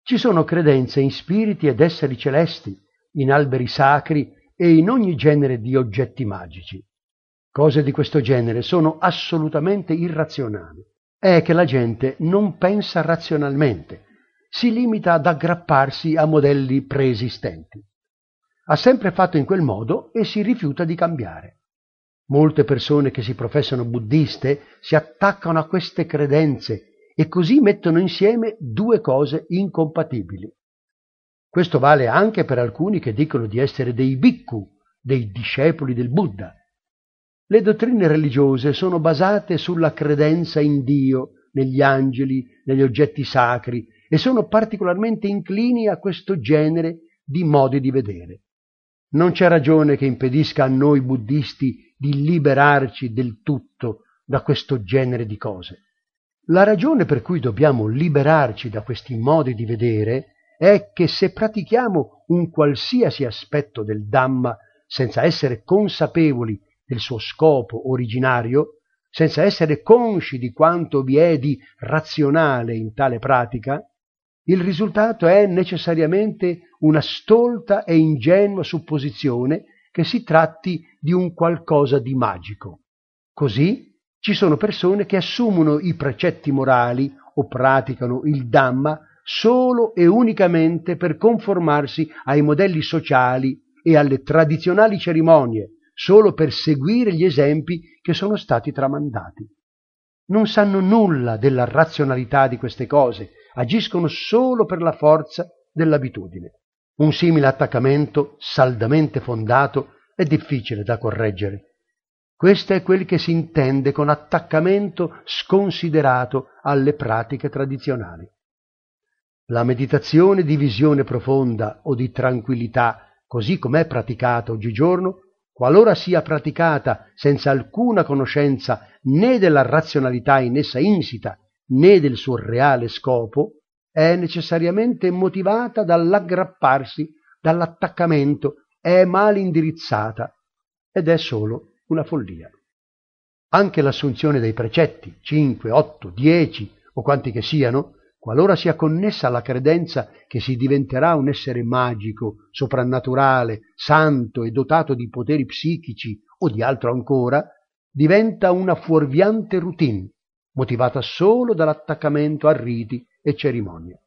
Ci sono credenze in spiriti ed esseri celesti, in alberi sacri e in ogni genere di oggetti magici. Cose di questo genere sono assolutamente irrazionali. È che la gente non pensa razionalmente, si limita ad aggrapparsi a modelli preesistenti. Ha sempre fatto in quel modo e si rifiuta di cambiare. Molte persone che si professano buddiste si attaccano a queste credenze e così mettono insieme due cose incompatibili. Questo vale anche per alcuni che dicono di essere dei bhikkhu, dei discepoli del Buddha. Le dottrine religiose sono basate sulla credenza in Dio, negli angeli, negli oggetti sacri e sono particolarmente inclini a questo genere di modi di vedere. Non c'è ragione che impedisca a noi buddisti di liberarci del tutto da questo genere di cose. La ragione per cui dobbiamo liberarci da questi modi di vedere è che se pratichiamo un qualsiasi aspetto del Dhamma senza essere consapevoli del suo scopo originario, senza essere consci di quanto vi è di razionale in tale pratica, il risultato è necessariamente una stolta e ingenua supposizione che si tratti di un qualcosa di magico. Così ci sono persone che assumono i precetti morali o praticano il Dhamma solo e unicamente per conformarsi ai modelli sociali e alle tradizionali cerimonie, solo per seguire gli esempi che sono stati tramandati. Non sanno nulla della razionalità di queste cose, agiscono solo per la forza dell'abitudine. Un simile attaccamento, saldamente fondato, è difficile da correggere. Questo è quel che si intende con attaccamento sconsiderato alle pratiche tradizionali. La meditazione di visione profonda o di tranquillità, così com'è praticata oggigiorno, qualora sia praticata senza alcuna conoscenza né della razionalità in essa insita, né del suo reale scopo, è necessariamente motivata dall'aggrapparsi, dall'attaccamento, è mal indirizzata ed è solo una follia. Anche l'assunzione dei precetti, 5, 8, 10 o quanti che siano, qualora sia connessa alla credenza che si diventerà un essere magico, soprannaturale, santo e dotato di poteri psichici o di altro ancora, diventa una fuorviante routine, motivata solo dall'attaccamento a riti e cerimonie.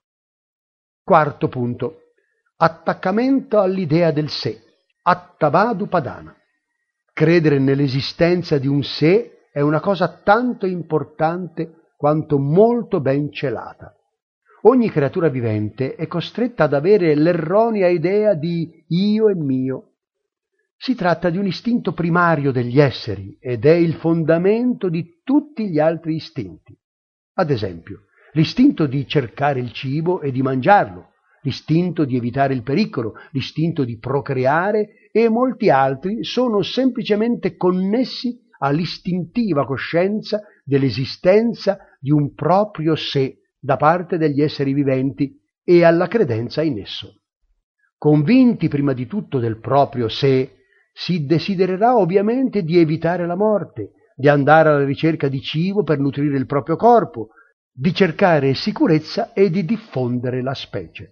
Quarto punto. Attaccamento all'idea del sé, attavadupadana. Credere nell'esistenza di un sé è una cosa tanto importante quanto molto ben celata. Ogni creatura vivente è costretta ad avere l'erronea idea di io e mio. Si tratta di un istinto primario degli esseri ed è il fondamento di tutti gli altri istinti. Ad esempio, l'istinto di cercare il cibo e di mangiarlo, l'istinto di evitare il pericolo, l'istinto di procreare e molti altri sono semplicemente connessi all'istintiva coscienza dell'esistenza di un proprio sé da parte degli esseri viventi e alla credenza in esso. Convinti prima di tutto del proprio sé, si desidererà ovviamente di evitare la morte, di andare alla ricerca di cibo per nutrire il proprio corpo, di cercare sicurezza e di diffondere la specie.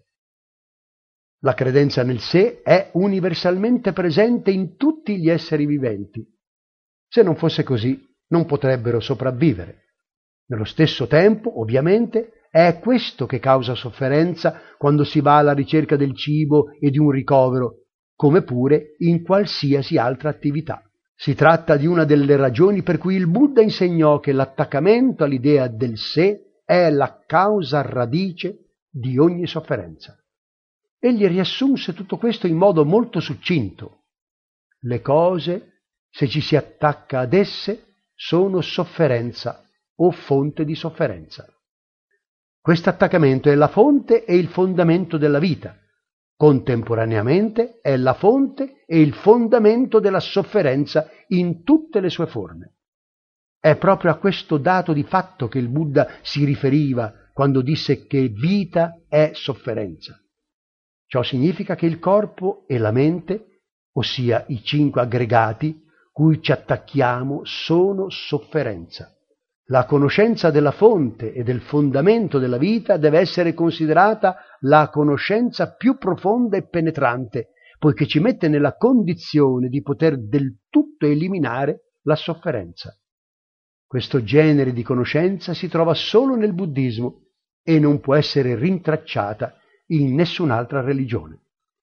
La credenza nel sé è universalmente presente in tutti gli esseri viventi. Se non fosse così, non potrebbero sopravvivere. Nello stesso tempo, ovviamente, è questo che causa sofferenza quando si va alla ricerca del cibo e di un ricovero, come pure in qualsiasi altra attività. Si tratta di una delle ragioni per cui il Buddha insegnò che l'attaccamento all'idea del sé è la causa radice di ogni sofferenza. Egli riassunse tutto questo in modo molto succinto. Le cose, se ci si attacca ad esse, sono sofferenza o fonte di sofferenza. Questo attaccamento è la fonte e il fondamento della vita. Contemporaneamente è la fonte e il fondamento della sofferenza in tutte le sue forme. È proprio a questo dato di fatto che il Buddha si riferiva quando disse che vita è sofferenza. Ciò significa che il corpo e la mente, ossia i 5 aggregati cui ci attacchiamo, sono sofferenza. La conoscenza della fonte e del fondamento della vita deve essere considerata la conoscenza più profonda e penetrante, poiché ci mette nella condizione di poter del tutto eliminare la sofferenza. Questo genere di conoscenza si trova solo nel buddismo e non può essere rintracciata in nessun'altra religione.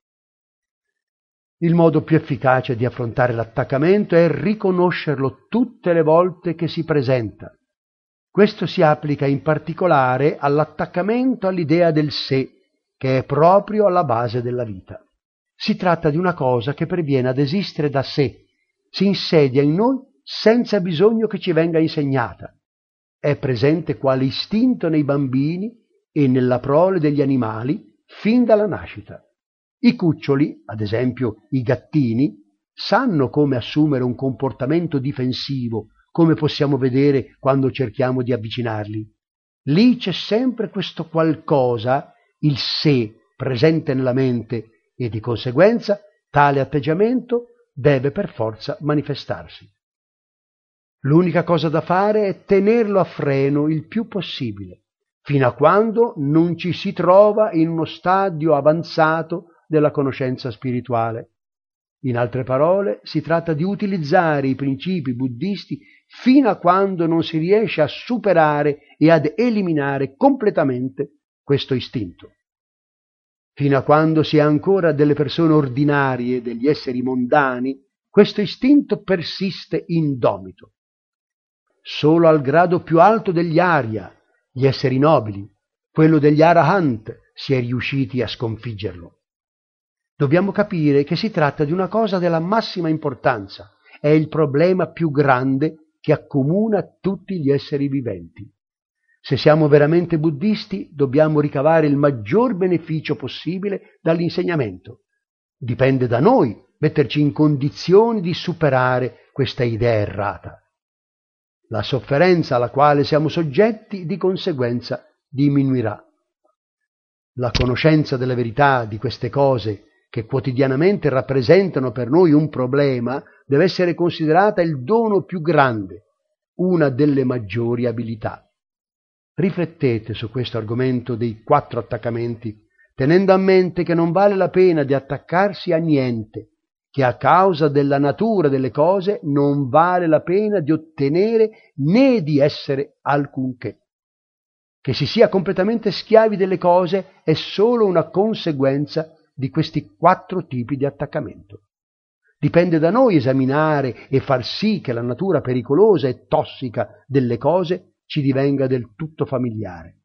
Il modo più efficace di affrontare l'attaccamento è riconoscerlo tutte le volte che si presenta. Questo si applica in particolare all'attaccamento all'idea del sé, che è proprio alla base della vita. Si tratta di una cosa che perviene ad esistere da sé, si insedia in noi senza bisogno che ci venga insegnata. È presente quale istinto nei bambini e nella prole degli animali fin dalla nascita. I cuccioli, ad esempio i gattini, sanno come assumere un comportamento difensivo, come possiamo vedere quando cerchiamo di avvicinarli. Lì c'è sempre questo qualcosa, il sé, presente nella mente e di conseguenza tale atteggiamento deve per forza manifestarsi. L'unica cosa da fare è tenerlo a freno il più possibile, fino a quando non ci si trova in uno stadio avanzato della conoscenza spirituale. In altre parole, si tratta di utilizzare i principi buddisti fino a quando non si riesce a superare e ad eliminare completamente questo istinto. Fino a quando si è ancora delle persone ordinarie, degli esseri mondani, questo istinto persiste indomito. Solo al grado più alto degli Arya, gli esseri nobili, quello degli Arahant, si è riusciti a sconfiggerlo. Dobbiamo capire che si tratta di una cosa della massima importanza, è il problema più grande che accomuna tutti gli esseri viventi. Se siamo veramente buddisti, dobbiamo ricavare il maggior beneficio possibile dall'insegnamento. Dipende da noi metterci in condizioni di superare questa idea errata. La sofferenza alla quale siamo soggetti di conseguenza diminuirà. La conoscenza della verità di queste cose che quotidianamente rappresentano per noi un problema deve essere considerata il dono più grande, una delle maggiori abilità. Riflettete su questo argomento dei 4 attaccamenti, tenendo a mente che non vale la pena di attaccarsi a niente, che a causa della natura delle cose non vale la pena di ottenere né di essere alcunché. Che si sia completamente schiavi delle cose è solo una conseguenza di questi 4 tipi di attaccamento. Dipende da noi esaminare e far sì che la natura pericolosa e tossica delle cose ci divenga del tutto familiare.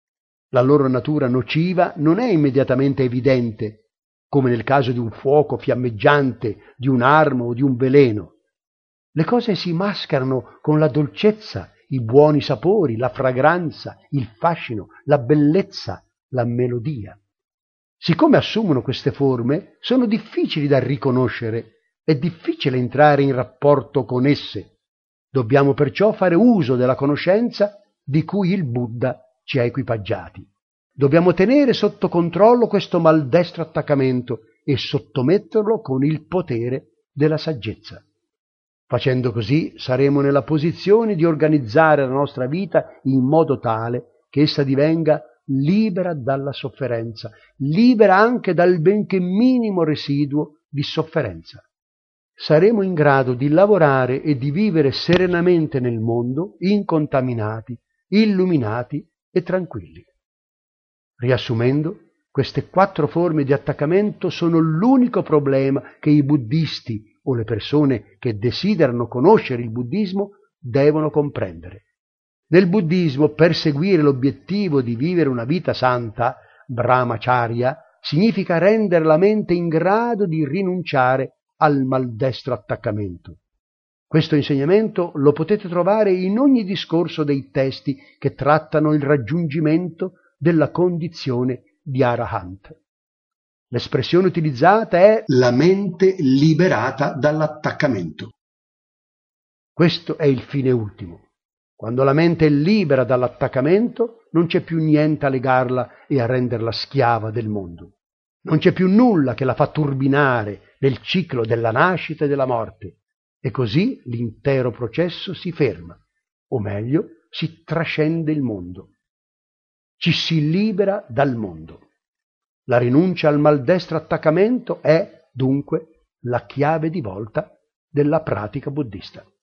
La loro natura nociva non è immediatamente evidente, come nel caso di un fuoco fiammeggiante, di un'arma o di un veleno. Le cose si mascherano con la dolcezza, i buoni sapori, la fragranza, il fascino, la bellezza, la melodia. Siccome assumono queste forme, sono difficili da riconoscere, è difficile entrare in rapporto con esse. Dobbiamo perciò fare uso della conoscenza di cui il Buddha ci ha equipaggiati. Dobbiamo tenere sotto controllo questo maldestro attaccamento e sottometterlo con il potere della saggezza. Facendo così saremo nella posizione di organizzare la nostra vita in modo tale che essa divenga libera dalla sofferenza, libera anche dal benché minimo residuo di sofferenza. Saremo in grado di lavorare e di vivere serenamente nel mondo, incontaminati, illuminati e tranquilli. Riassumendo, queste 4 forme di attaccamento sono l'unico problema che i buddisti o le persone che desiderano conoscere il buddismo devono comprendere. Nel buddismo perseguire l'obiettivo di vivere una vita santa, brahmacharya, significa rendere la mente in grado di rinunciare al maldestro attaccamento. Questo insegnamento lo potete trovare in ogni discorso dei testi che trattano il raggiungimento della condizione di Arahant. L'espressione utilizzata è la mente liberata dall'attaccamento. Questo è il fine ultimo. Quando la mente è libera dall'attaccamento, non c'è più niente a legarla e a renderla schiava del mondo. Non c'è più nulla che la fa turbinare nel ciclo della nascita e della morte, e così l'intero processo si ferma, o meglio, si trascende il mondo. Ci si libera dal mondo. La rinuncia al maldestro attaccamento è, dunque, la chiave di volta della pratica buddista.